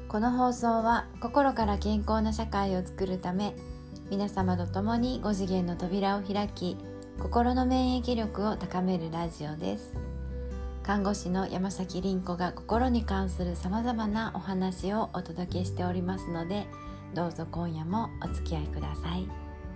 この放送は心から健康な社会を作るため、皆様と共に5次元の扉を開き、心の免疫力を高めるラジオです。看護師の山崎凛子が心に関するさまざまなお話をお届けしておりますので、どうぞ今夜もお付き合いください。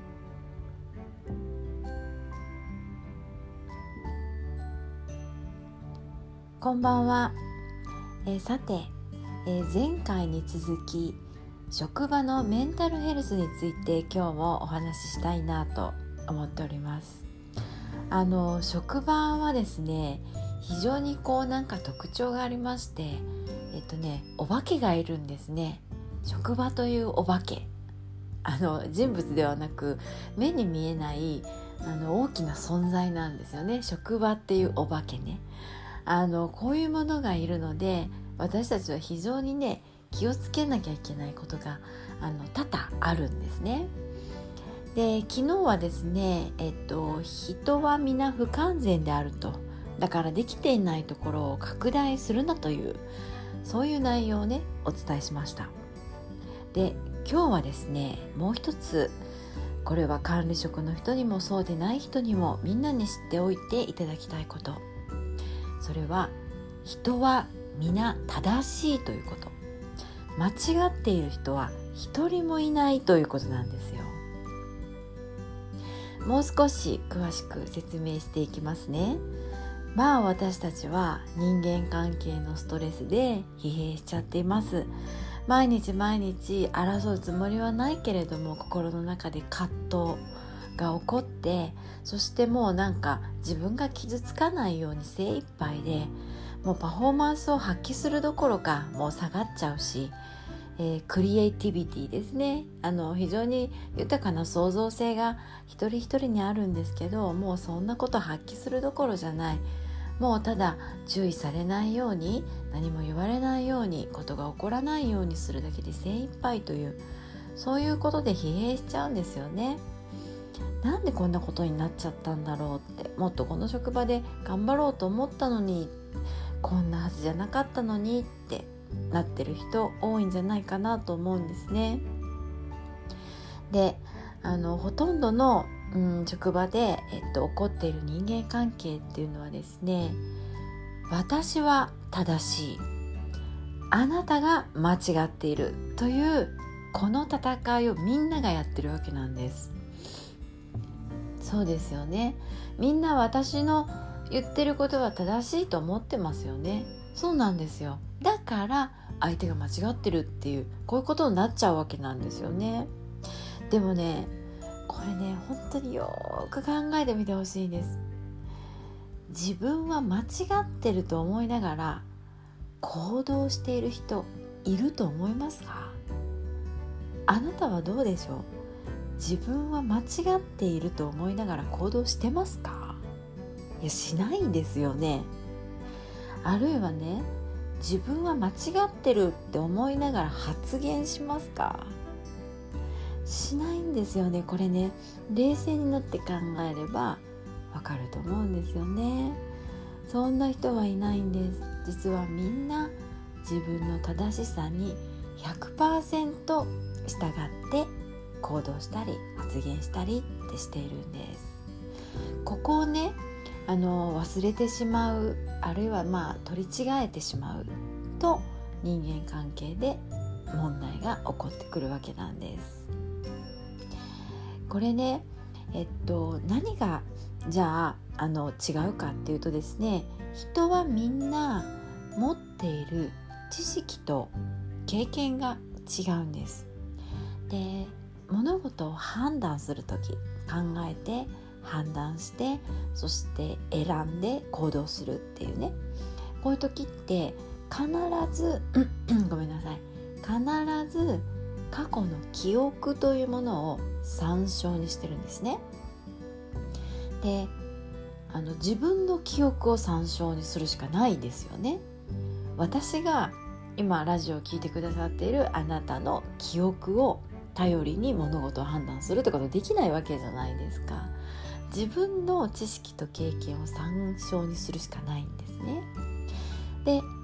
こんばんは。さて、前回に続き職場のメンタルヘルスについて今日もお話ししたいなと思っております。職場はですね、非常に特徴がありまして、お化けがいるんですね。職場というお化け、人物ではなく目に見えない大きな存在なんですよね。職場っていうお化けね。こういうものがいるので、私たちは非常にね気をつけなきゃいけないことが多々あるんですね。で、昨日はですね、人は皆不完全であると、だからできていないところを拡大するなという、そういう内容をねお伝えしました。で、今日はですね、もう一つ、これは管理職の人にもそうでない人にもみんなに知っておいていただきたいこと、それは人は皆正しいということ。間違っている人は一人もいないということなんですよ。もう少し詳しく説明していきますね。私たちは人間関係のストレスで疲弊しちゃっています。毎日争うつもりはないけれども、心の中で葛藤が起こって、そしてもう自分が傷つかないように精一杯で、もうパフォーマンスを発揮するどころかもう下がっちゃうし、クリエイティビティですね。非常に豊かな創造性が一人一人にあるんですけど、もうそんなこと発揮するどころじゃない。もうただ注意されないように、何も言われないように、ことが起こらないようにするだけで精一杯という、そういうことで疲弊しちゃうんですよね。なんでこんなことになっちゃったんだろうって、もっとこの職場で頑張ろうと思ったのに、こんなはずじゃなかったのにってなってる人多いんじゃないかなと思うんですね。で、ほとんどの、職場で、起こっている人間関係っていうのはですね、私は正しい、あなたが間違っているというこの戦いをみんながやってるわけなんです。そうですよね。みんな私の言ってることは正しいと思ってますよね。そうなんですよ。だから相手が間違ってるっていう、こういうことになっちゃうわけなんですよね。でもね、これね、本当によく考えてみてほしいんです。自分は間違ってると思いながら行動している人いると思いますか？あなたはどうでしょう？自分は間違っていると思いながら行動してますか？いや、しないんですよね。あるいはね、自分は間違ってるって思いながら発言しますか？しないんですよね。これね、冷静になって考えればわかると思うんですよね。そんな人はいないんです。実はみんな自分の正しさに 100% 従って行動したり発言したりってしているんです。ここをね、忘れてしまう、あるいは取り違えてしまうと、人間関係で問題が起こってくるわけなんです。これね、何がじゃあ違うかっていうとですね、人はみんな持っている知識と経験が違うんです。で、物事を判断するとき、考えて判断して、そして選んで行動するっていうね、こういう時って必ずごめんなさい、必ず過去の記憶というものを参照にしてるんですね。で、自分の記憶を参照にするしかないですよね。私が今ラジオを聞いてくださっているあなたの記憶を頼りに物事を判断するってことできないわけじゃないですか。自分の知識と経験を参照にするしかないんですね。で、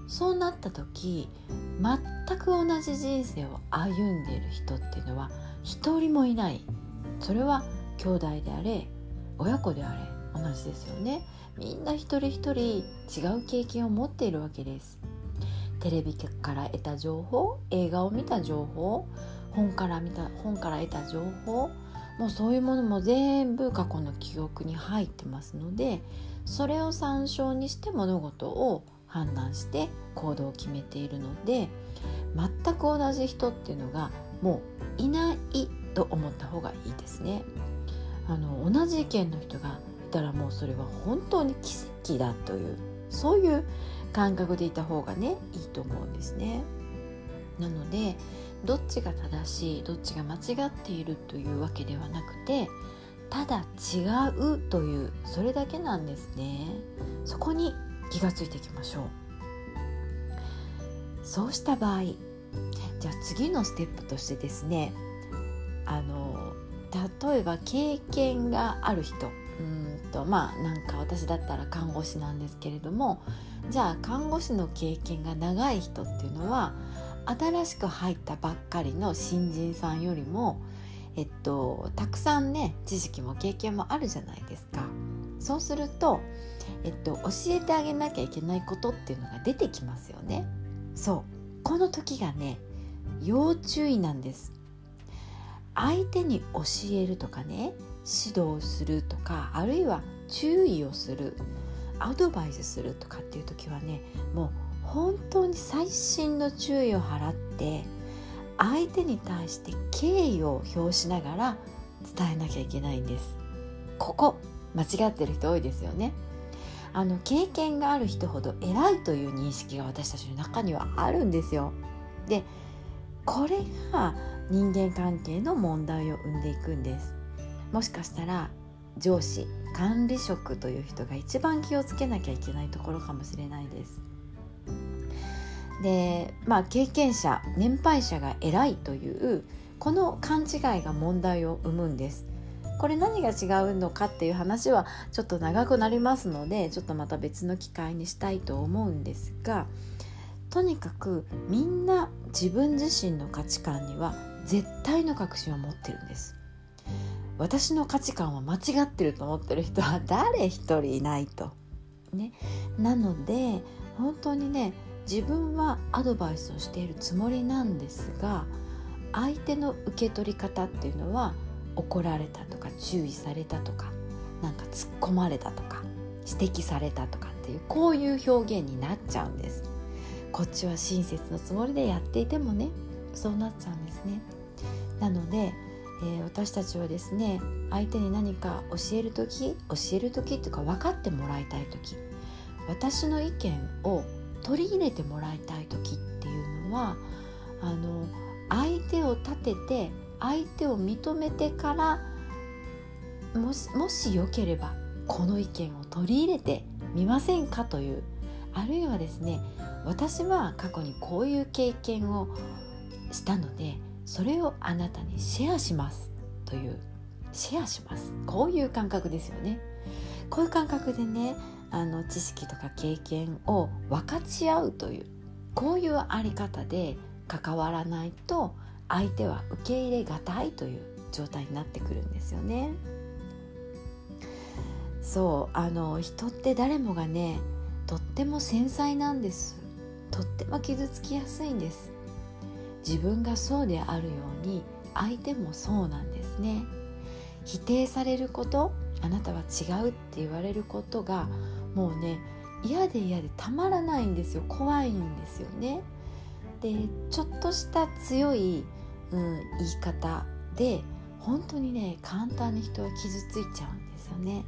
そうなった時、全く同じ人生を歩んでいる人っていうのは一人もいない。それは兄弟であれ親子であれ同じですよね。みんな一人一人違う経験を持っているわけです。テレビから得た情報、映画を見た情報、本から得た情報、もうそういうものも全部過去の記憶に入ってますので、それを参照にして物事を判断して行動を決めているので、全く同じ人っていうのがもういないと思った方がいいですね。同じ意見の人がいたらもうそれは本当に奇跡だという、そういう感覚でいた方がねいいと思うんですね。なのでどっちが正しいどっちが間違っているというわけではなくて、ただ違うというそれだけなんですね。そこに気がついていきましょう。そうした場合、じゃあ次のステップとしてですね、例えば経験がある人、なんか私だったら看護師なんですけれども、じゃあ看護師の経験が長い人っていうのは新しく入ったばっかりの新人さんよりも、たくさんね知識も経験もあるじゃないですか。そうすると、教えてあげなきゃいけないことっていうのが出てきますよね。そう、この時がね要注意なんです。相手に教えるとかね、指導するとか、あるいは注意をする、アドバイスするとかっていう時はね、もう本当に細心の注意を払って相手に対して敬意を表しながら伝えなきゃいけないんです。ここ間違ってる人多いですよね。経験がある人ほど偉いという認識が私たちの中にはあるんですよ。で、これが人間関係の問題を生んでいくんです。もしかしたら上司、管理職という人が一番気をつけなきゃいけないところかもしれないです。で、経験者、年配者が偉いというこの勘違いが問題を生むんです。これ何が違うのかっていう話はちょっと長くなりますので、ちょっとまた別の機会にしたいと思うんですが、とにかくみんな自分自身の価値観には絶対の確信を持ってるんです。私の価値観は間違ってると思ってる人は誰一人いないと、ね、なので本当にね、自分はアドバイスをしているつもりなんですが、相手の受け取り方っていうのは怒られたとか注意されたとか、なんか突っ込まれたとか指摘されたとかっていう、こういう表現になっちゃうんです。こっちは親切のつもりでやっていてもね、そうなっちゃうんですね。なので、私たちはですね、相手に何か教える時っていうか分かってもらいたい時、私の意見を取り入れてもらいたい時っていうのは、相手を立てて相手を認めてから、もしよければこの意見を取り入れてみませんかという、あるいはですね、私は過去にこういう経験をしたのでそれをあなたにシェアしますという、シェアします、こういう感覚ですよね。こういう感覚でね、知識とか経験を分かち合うという、こういうあり方で関わらないと相手は受け入れがたいという状態になってくるんですよね。そう、人って誰もがね、とっても繊細なんです。とっても傷つきやすいんです。自分がそうであるように相手もそうなんですね。否定されること、あなたは違うって言われることがもうね、嫌でたまらないんですよ。怖いんですよね。で、ちょっとした強い、言い方で本当にね、簡単に人は傷ついちゃうんですよね。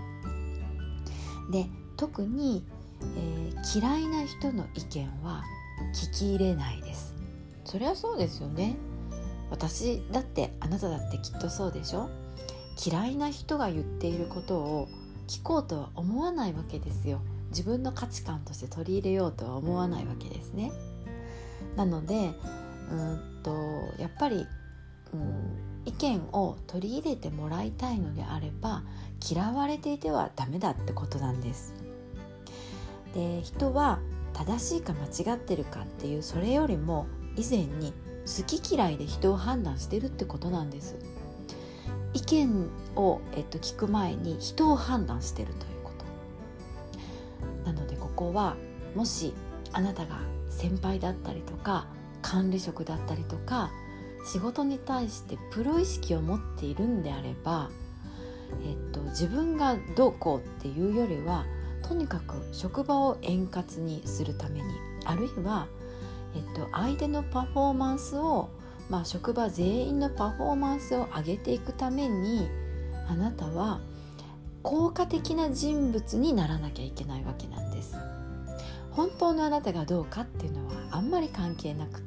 で、特に、嫌いな人の意見は聞き入れないです。それはそうですよね。私だってあなただってきっとそうでしょ。嫌いな人が言っていることを聞こうとは思わないわけですよ。自分の価値観として取り入れようとは思わないわけですね。なのでやっぱり、意見を取り入れてもらいたいのであれば、嫌われていてはダメだってことなんです。で、人は正しいか間違ってるかっていう、それよりも以前に好き嫌いで人を判断してるってことなんです。意見を、聞く前に人を判断してるということなので、ここはもしあなたが先輩だったりとか管理職だったりとか仕事に対してプロ意識を持っているんであれば、自分がどうこうっていうよりは、とにかく職場を円滑にするために、あるいは、相手のパフォーマンスを、職場全員のパフォーマンスを上げていくために、あなたは効果的な人物にならなきゃいけないわけなんです。本当のあなたがどうかっていうのはあんまり関係なくって、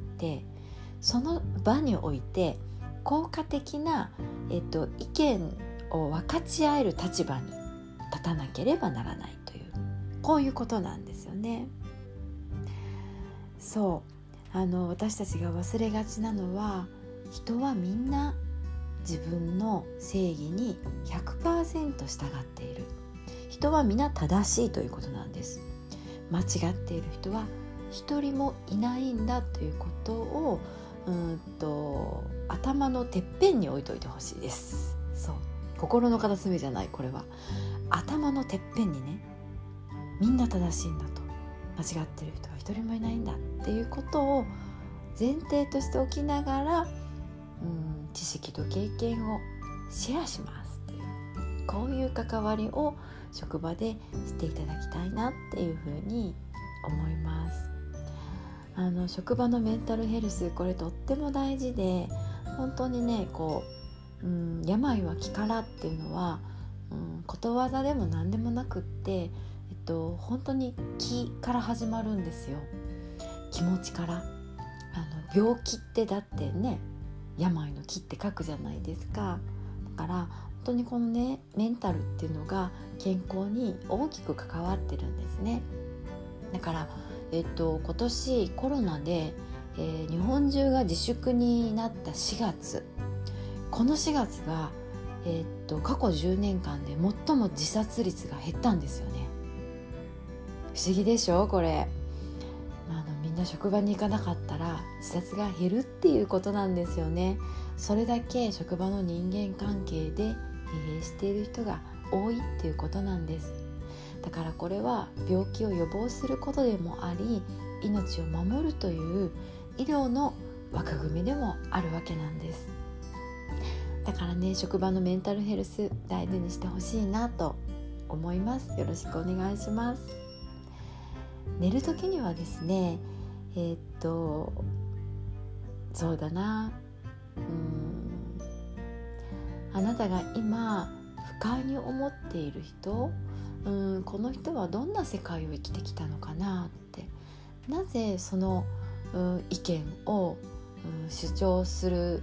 その場において効果的な、意見を分かち合える立場に立たなければならないという、こういうことなんですよね。私たちが忘れがちなのは、人はみんな自分の正義に 100% 従っている。人はみんな正しいということなんです。間違っている人は一人もいないんだということを頭のてっぺんに置いといてほしいです。心の片隅じゃない、これは頭のてっぺんにね、みんな正しいんだと、間違ってる人は一人もいないんだっていうことを前提としておきながら、知識と経験をシェアしますという、こういう関わりを職場でしていただきたいなっていうふうに思います。職場のメンタルヘルス、これとっても大事で、本当にね、病は気からっていうのは、ことわざでも何でもなくって、本当に気から始まるんですよ。気持ちから。病気ってだってね、病の気って書くじゃないですか。だから本当にこのね、メンタルっていうのが健康に大きく関わってるんですね。だから、今年コロナで、日本中が自粛になった4月、この4月が、過去10年間で最も自殺率が減ったんですよね。不思議でしょこれ。みんな職場に行かなかったら自殺が減るっていうことなんですよね。それだけ職場の人間関係で疲弊している人が多いっていうことなんです。だからこれは病気を予防することでもあり、命を守るという医療の枠組みでもあるわけなんです。だからね、職場のメンタルヘルス大事にしてほしいなと思います。よろしくお願いします。寝る時にはですね、そうだな、あなたが今不快に思っている人、この人はどんな世界を生きてきたのかなって、なぜその意見を主張する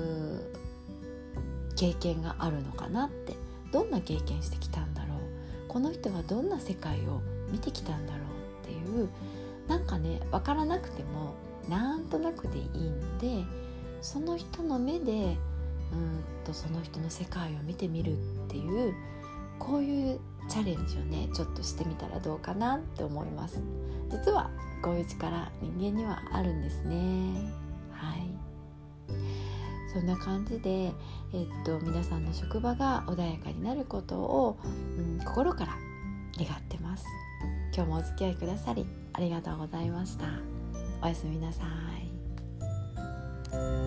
経験があるのかなって、どんな経験してきたんだろう、この人はどんな世界を見てきたんだろうっていう、なんかね、分からなくてもなんとなくでいいんで、その人の目でその人の世界を見てみるっていう、こういうチャレンジをね、ちょっとしてみたらどうかなって思います。実はこういう力、人間にはあるんですね。はい、そんな感じで、皆さんの職場が穏やかになることを、心から願ってます。今日もお付き合いくださりありがとうございました。おやすみなさい。